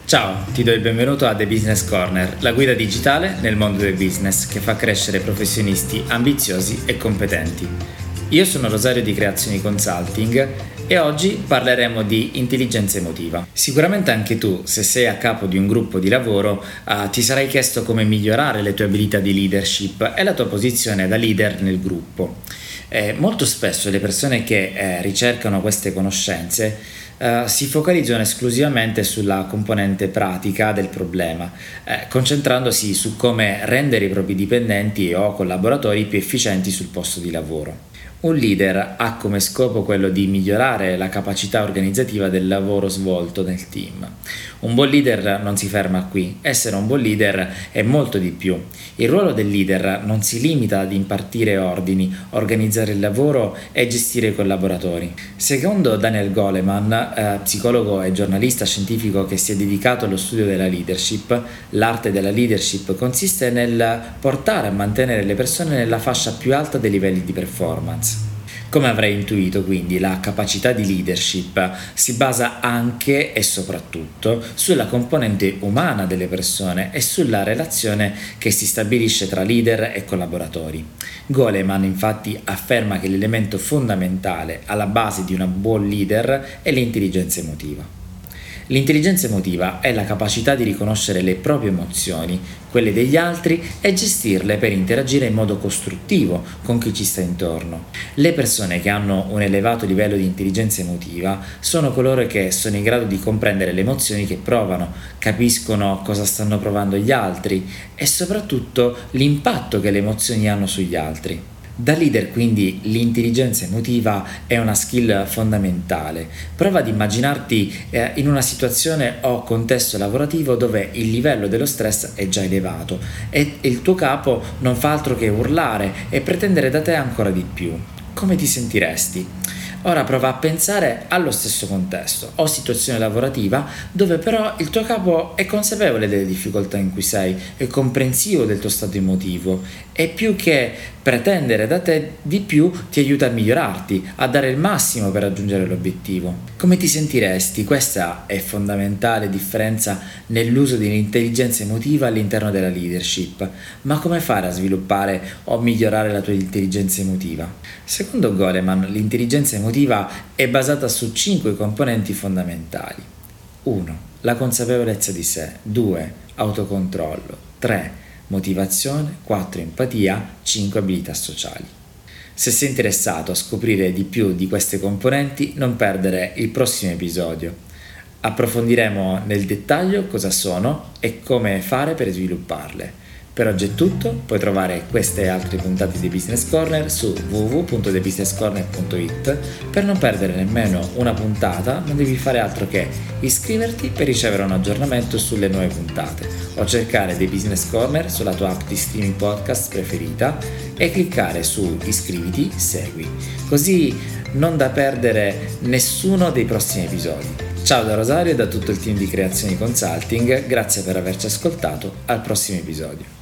Ciao, ti do il benvenuto a The Business Corner, la guida digitale nel mondo del business che fa crescere professionisti ambiziosi e competenti. Io sono Rosario di Creazioni Consulting e oggi parleremo di intelligenza emotiva. Sicuramente anche tu, se sei a capo di un gruppo di lavoro, ti sarai chiesto come migliorare le tue abilità di leadership e la tua posizione da leader nel gruppo. Molto spesso le persone che ricercano queste conoscenze si focalizzano esclusivamente sulla componente pratica del problema, concentrandosi su come rendere i propri dipendenti o collaboratori più efficienti sul posto di lavoro. Un leader ha come scopo quello di migliorare la capacità organizzativa del lavoro svolto nel team. Un buon leader non si ferma qui, essere un buon leader è molto di più. Il ruolo del leader non si limita ad impartire ordini, organizzare il lavoro e gestire i collaboratori. Secondo Daniel Goleman, psicologo e giornalista scientifico che si è dedicato allo studio della leadership, l'arte della leadership consiste nel portare a mantenere le persone nella fascia più alta dei livelli di performance. Come avrai intuito, quindi, la capacità di leadership si basa anche e soprattutto sulla componente umana delle persone e sulla relazione che si stabilisce tra leader e collaboratori. Goleman infatti afferma che l'elemento fondamentale alla base di una buon leader è l'intelligenza emotiva. L'intelligenza emotiva è la capacità di riconoscere le proprie emozioni, quelle degli altri e gestirle per interagire in modo costruttivo con chi ci sta intorno. Le persone che hanno un elevato livello di intelligenza emotiva sono coloro che sono in grado di comprendere le emozioni che provano, capiscono cosa stanno provando gli altri e soprattutto l'impatto che le emozioni hanno sugli altri. Da leader quindi l'intelligenza emotiva è una skill fondamentale. Prova ad immaginarti in una situazione o contesto lavorativo dove il livello dello stress è già elevato e il tuo capo non fa altro che urlare e pretendere da te ancora di più. Come ti sentiresti? Ora prova a pensare allo stesso contesto o situazione lavorativa dove però il tuo capo è consapevole delle difficoltà in cui sei, è comprensivo del tuo stato emotivo e più che pretendere da te di più ti aiuta a migliorarti, a dare il massimo per raggiungere l'obiettivo. Come ti sentiresti? Questa è fondamentale differenza nell'uso dell'intelligenza emotiva all'interno della leadership. Ma come fare a sviluppare o migliorare la tua intelligenza emotiva? Secondo Goleman, l'intelligenza emotiva è basata su 5 componenti fondamentali. 1. La consapevolezza di sé. 2. Autocontrollo. 3. Motivazione. 4. Empatia. 5. Abilità sociali. Se sei interessato a scoprire di più di queste componenti, non perdere il prossimo episodio. Approfondiremo nel dettaglio cosa sono e come fare per svilupparle. Per oggi è tutto, puoi trovare queste e altre puntate di Business Corner su www.thebusinesscorner.it. Per non perdere nemmeno una puntata non devi fare altro che iscriverti per ricevere un aggiornamento sulle nuove puntate o cercare The Business Corner sulla tua app di streaming podcast preferita e cliccare su iscriviti, segui, così non da perdere nessuno dei prossimi episodi. Ciao da Rosario e da tutto il team di Creazioni Consulting, grazie per averci ascoltato, al prossimo episodio.